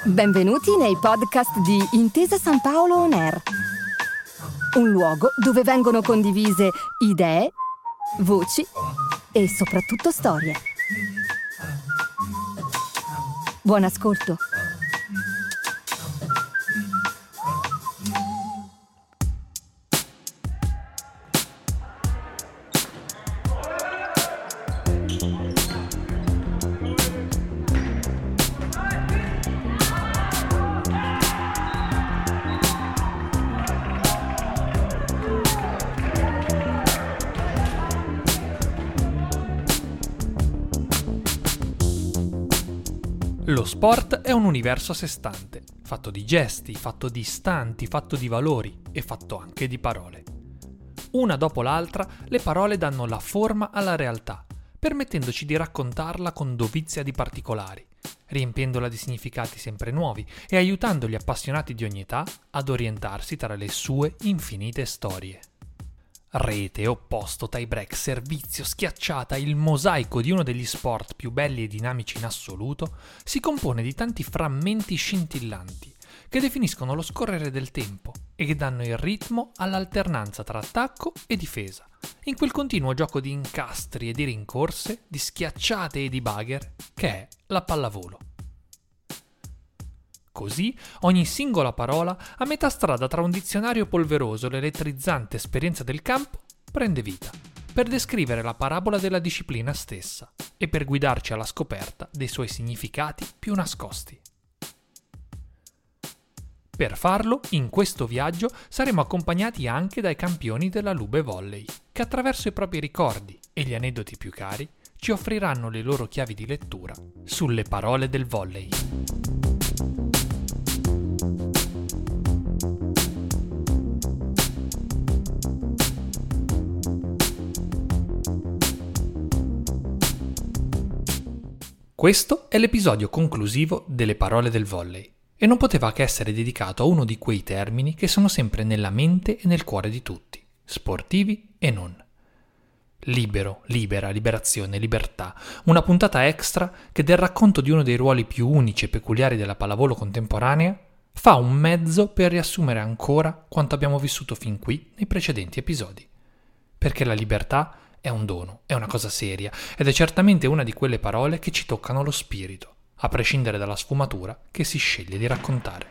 Benvenuti nei podcast di Intesa San Paolo On Air, un luogo dove vengono condivise idee, voci e soprattutto storie. Buon ascolto. Lo sport è un universo a sé stante, fatto di gesti, fatto di istanti, fatto di valori e fatto anche di parole. Una dopo l'altra, le parole danno la forma alla realtà, permettendoci di raccontarla con dovizia di particolari, riempiendola di significati sempre nuovi e aiutando gli appassionati di ogni età ad orientarsi tra le sue infinite storie. Rete, opposto, tie break, servizio, schiacciata, il mosaico di uno degli sport più belli e dinamici in assoluto si compone di tanti frammenti scintillanti che definiscono lo scorrere del tempo e che danno il ritmo all'alternanza tra attacco e difesa, in quel continuo gioco di incastri e di rincorse, di schiacciate e di bagher che è la pallavolo. Così, ogni singola parola, a metà strada tra un dizionario polveroso e l'elettrizzante esperienza del campo, prende vita, per descrivere la parabola della disciplina stessa e per guidarci alla scoperta dei suoi significati più nascosti. Per farlo, in questo viaggio, saremo accompagnati anche dai campioni della Lube Volley, che attraverso i propri ricordi e gli aneddoti più cari, ci offriranno le loro chiavi di lettura sulle parole del volley. Questo è l'episodio conclusivo delle parole del volley e non poteva che essere dedicato a uno di quei termini che sono sempre nella mente e nel cuore di tutti, sportivi e non. Libero, libera, liberazione, libertà, una puntata extra che del racconto di uno dei ruoli più unici e peculiari della pallavolo contemporanea fa un mezzo per riassumere ancora quanto abbiamo vissuto fin qui nei precedenti episodi. Perché la libertà è un dono, è una cosa seria ed è certamente una di quelle parole che ci toccano lo spirito, a prescindere dalla sfumatura che si sceglie di raccontare.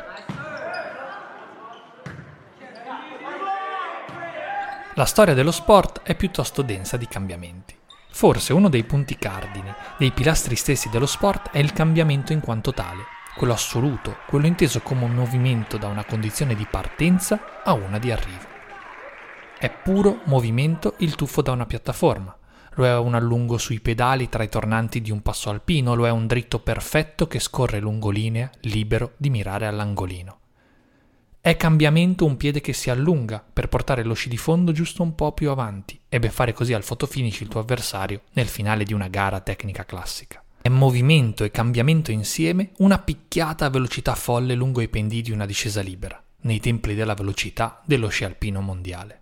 La storia dello sport è piuttosto densa di cambiamenti. Forse uno dei punti cardine, dei pilastri stessi dello sport è il cambiamento in quanto tale, quello assoluto, quello inteso come un movimento da una condizione di partenza a una di arrivo. È puro movimento il tuffo da una piattaforma, lo è un allungo sui pedali tra i tornanti di un passo alpino, lo è un dritto perfetto che scorre lungolinea, libero di mirare all'angolino. È cambiamento un piede che si allunga per portare lo sci di fondo giusto un po' più avanti e beffare così al fotofinish il tuo avversario nel finale di una gara tecnica classica. È movimento e cambiamento insieme una picchiata a velocità folle lungo i pendii di una discesa libera, nei templi della velocità dello sci alpino mondiale.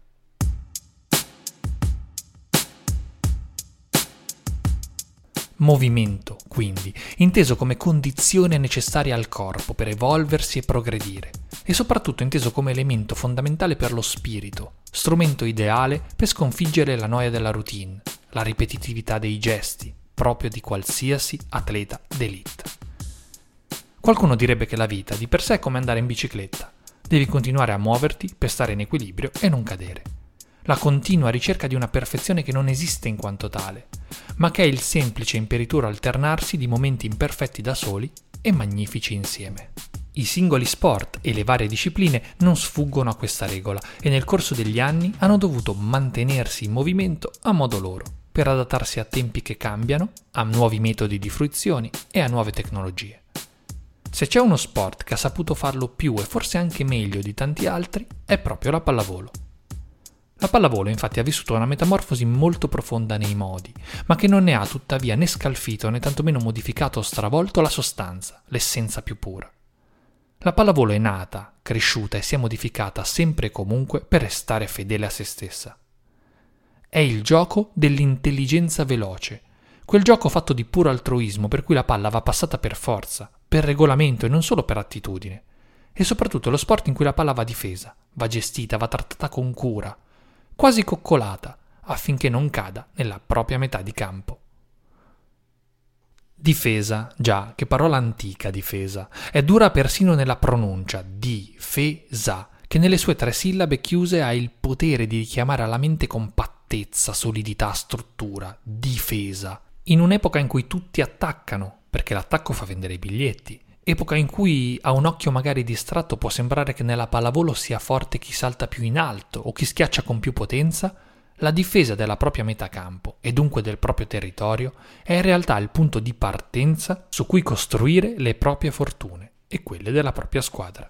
Movimento, quindi, inteso come condizione necessaria al corpo per evolversi e progredire, e soprattutto inteso come elemento fondamentale per lo spirito, strumento ideale per sconfiggere la noia della routine, la ripetitività dei gesti, proprio di qualsiasi atleta d'élite. Qualcuno direbbe che la vita di per sé è come andare in bicicletta, devi continuare a muoverti per stare in equilibrio e non cadere. La continua ricerca di una perfezione che non esiste in quanto tale, ma che è il semplice e imperituro alternarsi di momenti imperfetti da soli e magnifici insieme. I singoli sport e le varie discipline non sfuggono a questa regola e nel corso degli anni hanno dovuto mantenersi in movimento a modo loro, per adattarsi a tempi che cambiano, a nuovi metodi di fruizione e a nuove tecnologie. Se c'è uno sport che ha saputo farlo più e forse anche meglio di tanti altri, è proprio la pallavolo. La pallavolo infatti ha vissuto una metamorfosi molto profonda nei modi, ma che non ne ha tuttavia né scalfito né tantomeno modificato o stravolto la sostanza, l'essenza più pura. La pallavolo è nata, cresciuta e si è modificata sempre e comunque per restare fedele a se stessa. È il gioco dell'intelligenza veloce, quel gioco fatto di puro altruismo per cui la palla va passata per forza, per regolamento e non solo per attitudine. E soprattutto lo sport in cui la palla va difesa, va gestita, va trattata con cura, quasi coccolata, affinché non cada nella propria metà di campo. Difesa, già, che parola antica difesa, è dura persino nella pronuncia, difesa, che nelle sue 3 sillabe chiuse ha il potere di richiamare alla mente compattezza, solidità, struttura, difesa. In un'epoca in cui tutti attaccano, perché l'attacco fa vendere i biglietti, epoca in cui a un occhio magari distratto può sembrare che nella pallavolo sia forte chi salta più in alto o chi schiaccia con più potenza, la difesa della propria metà campo e dunque del proprio territorio è in realtà il punto di partenza su cui costruire le proprie fortune e quelle della propria squadra.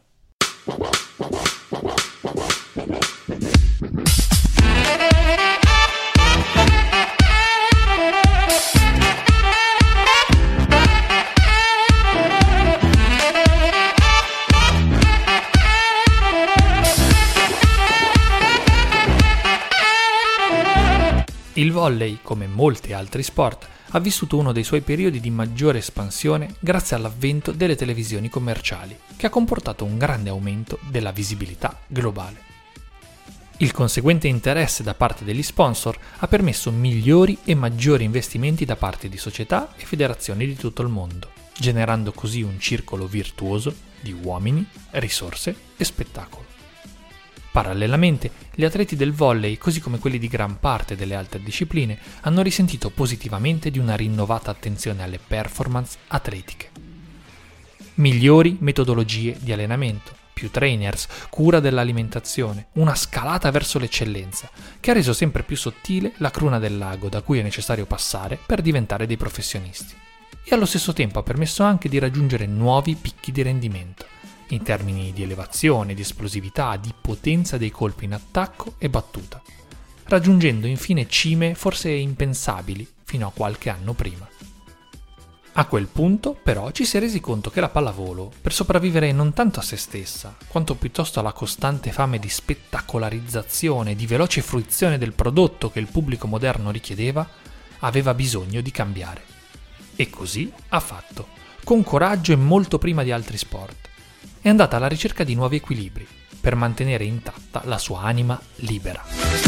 Il volley, come molti altri sport, ha vissuto uno dei suoi periodi di maggiore espansione grazie all'avvento delle televisioni commerciali, che ha comportato un grande aumento della visibilità globale. Il conseguente interesse da parte degli sponsor ha permesso migliori e maggiori investimenti da parte di società e federazioni di tutto il mondo, generando così un circolo virtuoso di uomini, risorse e spettacolo. Parallelamente, gli atleti del volley, così come quelli di gran parte delle altre discipline, hanno risentito positivamente di una rinnovata attenzione alle performance atletiche. Migliori metodologie di allenamento, più trainers, cura dell'alimentazione, una scalata verso l'eccellenza, che ha reso sempre più sottile la cruna del lago da cui è necessario passare per diventare dei professionisti. E allo stesso tempo ha permesso anche di raggiungere nuovi picchi di rendimento, in termini di elevazione, di esplosività, di potenza dei colpi in attacco e battuta, raggiungendo infine cime forse impensabili fino a qualche anno prima. A quel punto, però, ci si è resi conto che la pallavolo, per sopravvivere non tanto a se stessa, quanto piuttosto alla costante fame di spettacolarizzazione, di veloce fruizione del prodotto che il pubblico moderno richiedeva, aveva bisogno di cambiare. E così ha fatto, con coraggio e molto prima di altri sport. È andata alla ricerca di nuovi equilibri per mantenere intatta la sua anima libera.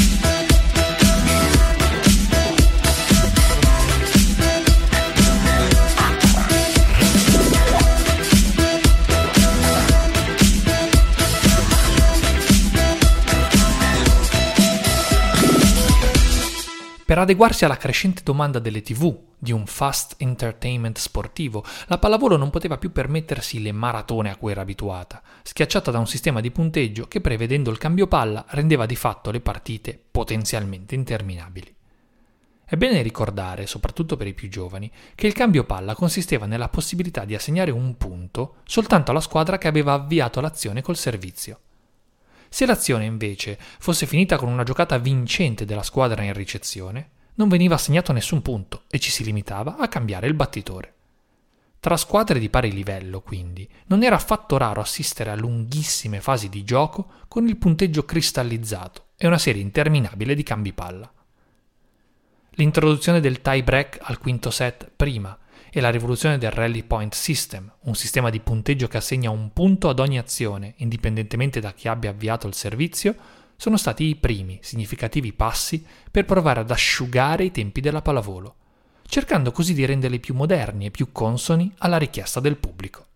Per adeguarsi alla crescente domanda delle TV, di un fast entertainment sportivo, la pallavolo non poteva più permettersi le maratone a cui era abituata, schiacciata da un sistema di punteggio che, prevedendo il cambio palla, rendeva di fatto le partite potenzialmente interminabili. È bene ricordare, soprattutto per i più giovani, che il cambio palla consisteva nella possibilità di assegnare un punto soltanto alla squadra che aveva avviato l'azione col servizio. Se l'azione invece fosse finita con una giocata vincente della squadra in ricezione, non veniva assegnato nessun punto e ci si limitava a cambiare il battitore. Tra squadre di pari livello, quindi, non era affatto raro assistere a lunghissime fasi di gioco con il punteggio cristallizzato e una serie interminabile di cambi palla. L'introduzione del tie break al quinto set prima e la rivoluzione del Rally Point System, un sistema di punteggio che assegna un punto ad ogni azione, indipendentemente da chi abbia avviato il servizio, sono stati i primi significativi passi per provare ad asciugare i tempi della pallavolo, cercando così di renderli più moderni e più consoni alla richiesta del pubblico.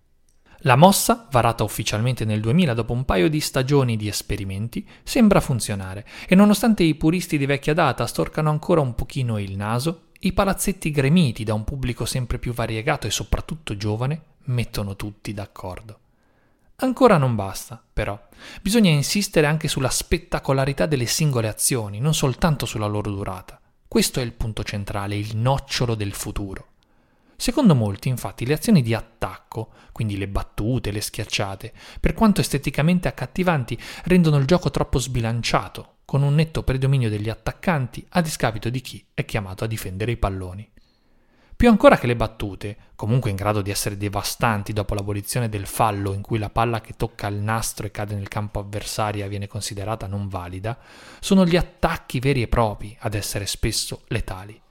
La mossa, varata ufficialmente nel 2000 dopo un paio di stagioni di esperimenti, sembra funzionare e nonostante i puristi di vecchia data storcano ancora un pochino il naso, i palazzetti gremiti da un pubblico sempre più variegato e soprattutto giovane mettono tutti d'accordo. Ancora non basta, però. Bisogna insistere anche sulla spettacolarità delle singole azioni, non soltanto sulla loro durata. Questo è il punto centrale, il nocciolo del futuro. Secondo molti, infatti, le azioni di attacco, quindi le battute, le schiacciate, per quanto esteticamente accattivanti, rendono il gioco troppo sbilanciato, con un netto predominio degli attaccanti a discapito di chi è chiamato a difendere i palloni. Più ancora che le battute, comunque in grado di essere devastanti dopo l'abolizione del fallo in cui la palla che tocca il nastro e cade nel campo avversario viene considerata non valida, sono gli attacchi veri e propri ad essere spesso letali.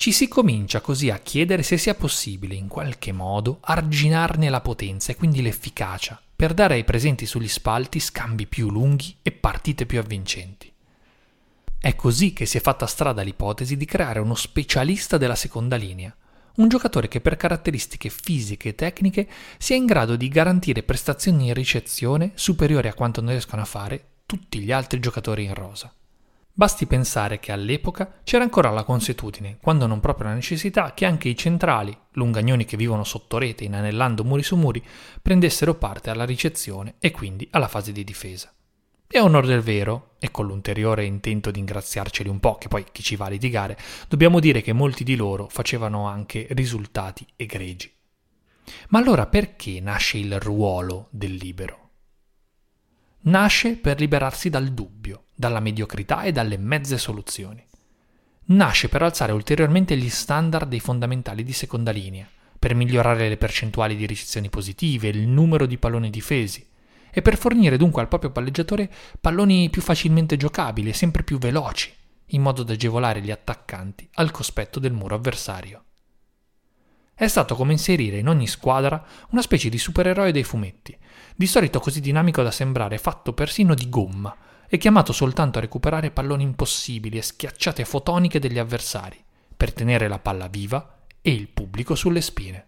Ci si comincia così a chiedere se sia possibile in qualche modo arginarne la potenza e quindi l'efficacia per dare ai presenti sugli spalti scambi più lunghi e partite più avvincenti. È così che si è fatta strada l'ipotesi di creare uno specialista della seconda linea, un giocatore che per caratteristiche fisiche e tecniche sia in grado di garantire prestazioni in ricezione superiori a quanto non riescono a fare tutti gli altri giocatori in rosa. Basti pensare che all'epoca c'era ancora la consuetudine, quando non proprio la necessità, che anche i centrali, lungagnoni che vivono sotto rete inanellando muri su muri, prendessero parte alla ricezione e quindi alla fase di difesa. E a onor del vero, e con l'ulteriore intento di ingraziarceli un po', che poi chi ci va a litigare, dobbiamo dire che molti di loro facevano anche risultati egregi. Ma allora perché nasce il ruolo del libero? Nasce per liberarsi dal dubbio, dalla mediocrità e dalle mezze soluzioni. Nasce per alzare ulteriormente gli standard dei fondamentali di seconda linea, per migliorare le percentuali di ricezioni positive, il numero di palloni difesi, e per fornire dunque al proprio palleggiatore palloni più facilmente giocabili e sempre più veloci, in modo da agevolare gli attaccanti al cospetto del muro avversario. È stato come inserire in ogni squadra una specie di supereroe dei fumetti, di solito così dinamico da sembrare fatto persino di gomma e chiamato soltanto a recuperare palloni impossibili e schiacciate fotoniche degli avversari, per tenere la palla viva e il pubblico sulle spine.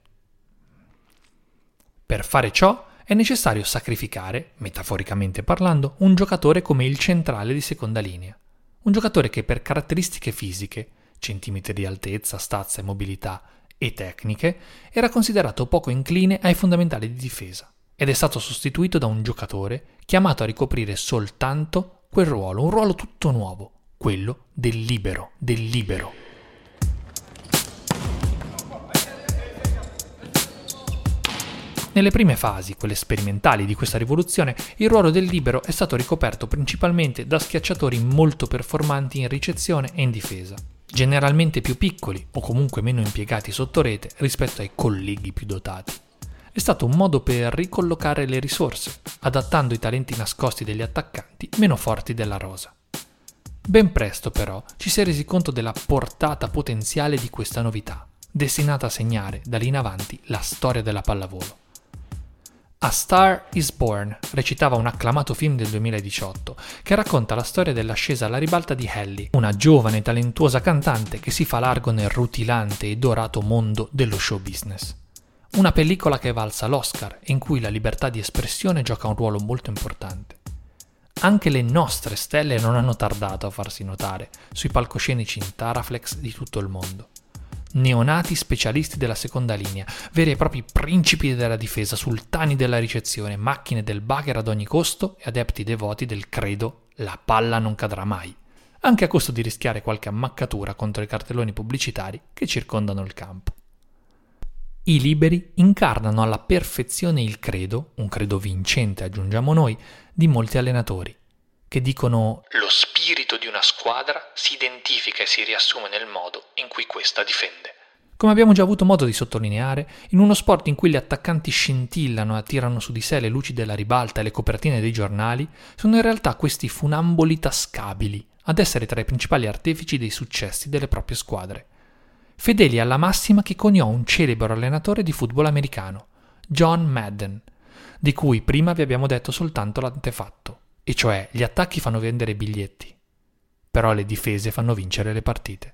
Per fare ciò è necessario sacrificare, metaforicamente parlando, un giocatore come il centrale di seconda linea, un giocatore che per caratteristiche fisiche, centimetri di altezza, stazza e mobilità, e tecniche, era considerato poco incline ai fondamentali di difesa ed è stato sostituito da un giocatore chiamato a ricoprire soltanto quel ruolo, un ruolo tutto nuovo, quello del libero. Nelle prime fasi, quelle sperimentali di questa rivoluzione, il ruolo del libero è stato ricoperto principalmente da schiacciatori molto performanti in ricezione e in difesa, generalmente più piccoli o comunque meno impiegati sotto rete rispetto ai colleghi più dotati. È stato un modo per ricollocare le risorse, adattando i talenti nascosti degli attaccanti meno forti della rosa. Ben presto però ci si è resi conto della portata potenziale di questa novità, destinata a segnare da lì in avanti la storia della pallavolo. A Star is Born recitava un acclamato film del 2018 che racconta la storia dell'ascesa alla ribalta di Hailey, una giovane e talentuosa cantante che si fa largo nel rutilante e dorato mondo dello show business. Una pellicola che è valsa l'Oscar e in cui la libertà di espressione gioca un ruolo molto importante. Anche le nostre stelle non hanno tardato a farsi notare sui palcoscenici in Taraflex di tutto il mondo. Neonati specialisti della seconda linea, veri e propri principi della difesa, sultani della ricezione, macchine del bagger ad ogni costo e adepti devoti del credo «la palla non cadrà mai», anche a costo di rischiare qualche ammaccatura contro i cartelloni pubblicitari che circondano il campo. I liberi incarnano alla perfezione il credo, un credo vincente aggiungiamo noi, di molti allenatori, che dicono «lo spirito di una squadra si identifica e si riassume nel modo in cui questa difende». Come abbiamo già avuto modo di sottolineare, in uno sport in cui gli attaccanti scintillano e attirano su di sé le luci della ribalta e le copertine dei giornali, sono in realtà questi funamboli tascabili ad essere tra i principali artefici dei successi delle proprie squadre. Fedeli alla massima che coniò un celebre allenatore di football americano, John Madden, di cui prima vi abbiamo detto soltanto l'antefatto, e cioè gli attacchi fanno vendere biglietti, però le difese fanno vincere le partite.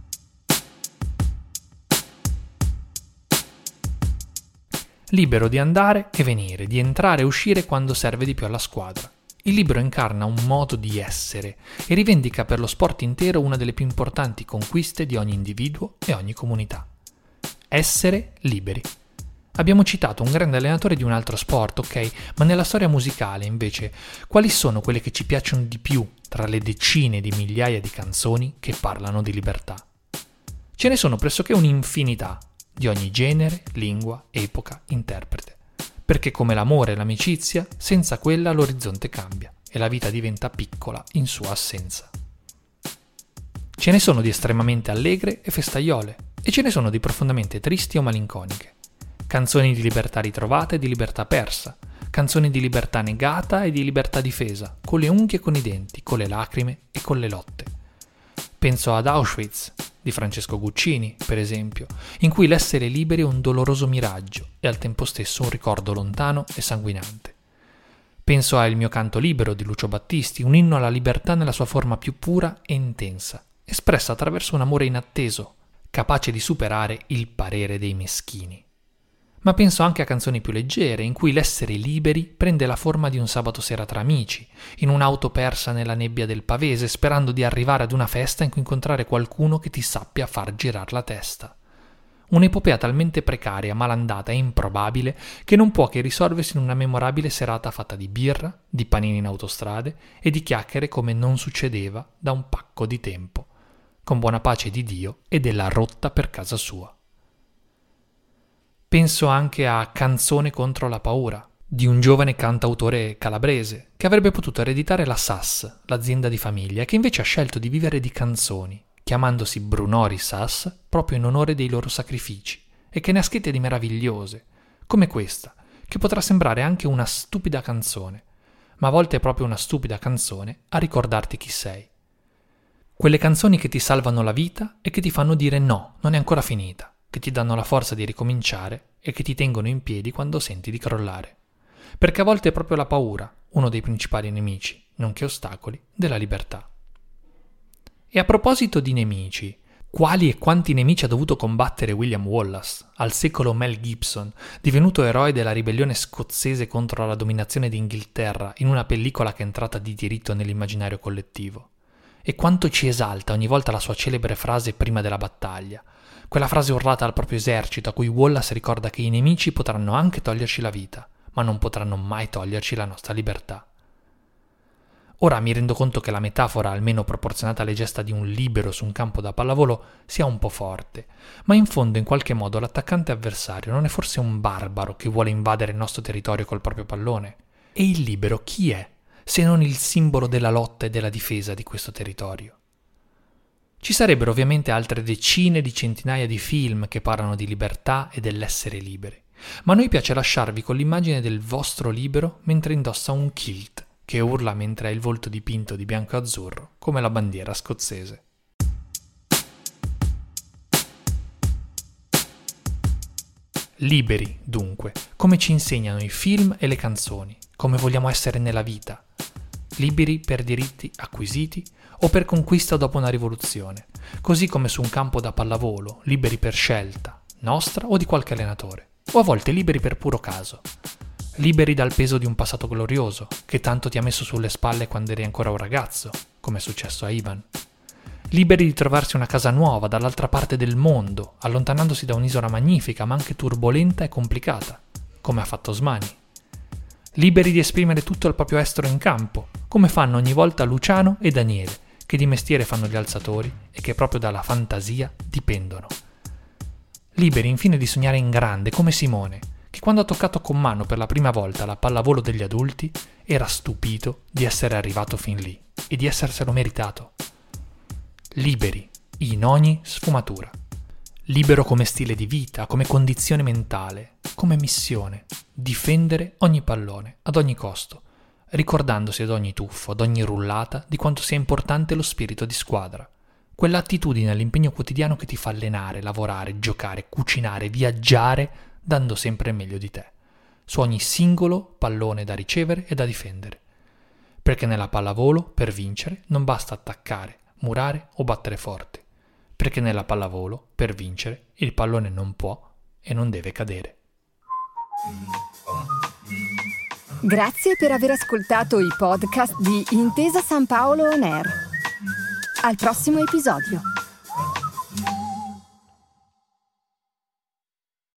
Libero di andare e venire, di entrare e uscire quando serve di più alla squadra. Il libero incarna un modo di essere e rivendica per lo sport intero una delle più importanti conquiste di ogni individuo e ogni comunità. Essere liberi. Abbiamo citato un grande allenatore di un altro sport, ok, ma nella storia musicale, invece, quali sono quelle che ci piacciono di più tra le decine di migliaia di canzoni che parlano di libertà? Ce ne sono pressoché un'infinità, di ogni genere, lingua, epoca, interprete. Perché come l'amore e l'amicizia, senza quella l'orizzonte cambia e la vita diventa piccola in sua assenza. Ce ne sono di estremamente allegre e festaiole, e ce ne sono di profondamente tristi o malinconiche. Canzoni di libertà ritrovata e di libertà persa, canzoni di libertà negata e di libertà difesa, con le unghie e con i denti, con le lacrime e con le lotte. Penso ad Auschwitz, di Francesco Guccini, per esempio, in cui l'essere liberi è un doloroso miraggio e al tempo stesso un ricordo lontano e sanguinante. Penso a Il mio canto libero di Lucio Battisti, un inno alla libertà nella sua forma più pura e intensa, espressa attraverso un amore inatteso, capace di superare il parere dei meschini. Ma penso anche a canzoni più leggere, in cui l'essere liberi prende la forma di un sabato sera tra amici, in un'auto persa nella nebbia del Pavese, sperando di arrivare ad una festa in cui incontrare qualcuno che ti sappia far girar la testa. Un'epopea talmente precaria, malandata e improbabile che non può che risolversi in una memorabile serata fatta di birra, di panini in autostrade e di chiacchiere come non succedeva da un pacco di tempo, con buona pace di Dio e della rotta per casa sua. Penso anche a Canzone contro la paura, di un giovane cantautore calabrese che avrebbe potuto ereditare la Sass, l'azienda di famiglia, e che invece ha scelto di vivere di canzoni, chiamandosi Brunori Sass proprio in onore dei loro sacrifici, e che ne ha scritte di meravigliose, come questa, che potrà sembrare anche una stupida canzone, ma a volte è proprio una stupida canzone a ricordarti chi sei. Quelle canzoni che ti salvano la vita e che ti fanno dire no, non è ancora finita, che ti danno la forza di ricominciare e che ti tengono in piedi quando senti di crollare. Perché a volte è proprio la paura uno dei principali nemici, nonché ostacoli, della libertà. E a proposito di nemici, quali e quanti nemici ha dovuto combattere William Wallace, al secolo Mel Gibson, divenuto eroe della ribellione scozzese contro la dominazione d'Inghilterra in una pellicola che è entrata di diritto nell'immaginario collettivo? E quanto ci esalta ogni volta la sua celebre frase prima della battaglia, quella frase urlata al proprio esercito a cui Wallace ricorda che i nemici potranno anche toglierci la vita, ma non potranno mai toglierci la nostra libertà. Ora mi rendo conto che la metafora, almeno proporzionata alle gesta di un libero su un campo da pallavolo, sia un po' forte, ma in fondo in qualche modo l'attaccante avversario non è forse un barbaro che vuole invadere il nostro territorio col proprio pallone? E il libero chi è, se non il simbolo della lotta e della difesa di questo territorio? Ci sarebbero ovviamente altre decine di centinaia di film che parlano di libertà e dell'essere liberi, ma a noi piace lasciarvi con l'immagine del vostro libero mentre indossa un kilt, che urla mentre ha il volto dipinto di bianco e azzurro, come la bandiera scozzese. Liberi, dunque, come ci insegnano i film e le canzoni, come vogliamo essere nella vita. Liberi per diritti acquisiti o per conquista dopo una rivoluzione, così come su un campo da pallavolo, liberi per scelta, nostra o di qualche allenatore, o a volte liberi per puro caso. Liberi dal peso di un passato glorioso, che tanto ti ha messo sulle spalle quando eri ancora un ragazzo, come è successo a Ivan. Liberi di trovarsi una casa nuova dall'altra parte del mondo, allontanandosi da un'isola magnifica ma anche turbolenta e complicata, come ha fatto Osmani. Liberi di esprimere tutto il proprio estro in campo, come fanno ogni volta Luciano e Daniele, che di mestiere fanno gli alzatori e che proprio dalla fantasia dipendono. Liberi infine di sognare in grande, come Simone, che quando ha toccato con mano per la prima volta la pallavolo degli adulti era stupito di essere arrivato fin lì e di esserselo meritato. Liberi in ogni sfumatura. Libero come stile di vita, come condizione mentale, come missione, difendere ogni pallone, ad ogni costo, ricordandosi ad ogni tuffo, ad ogni rullata, di quanto sia importante lo spirito di squadra. Quell'attitudine all'impegno quotidiano che ti fa allenare, lavorare, giocare, cucinare, viaggiare, dando sempre il meglio di te, su ogni singolo pallone da ricevere e da difendere. Perché nella pallavolo, per vincere, non basta attaccare, murare o battere forte. Perché nella pallavolo, per vincere, il pallone non può e non deve cadere. Grazie per aver ascoltato i podcast di Intesa San Paolo On Air. Al prossimo episodio.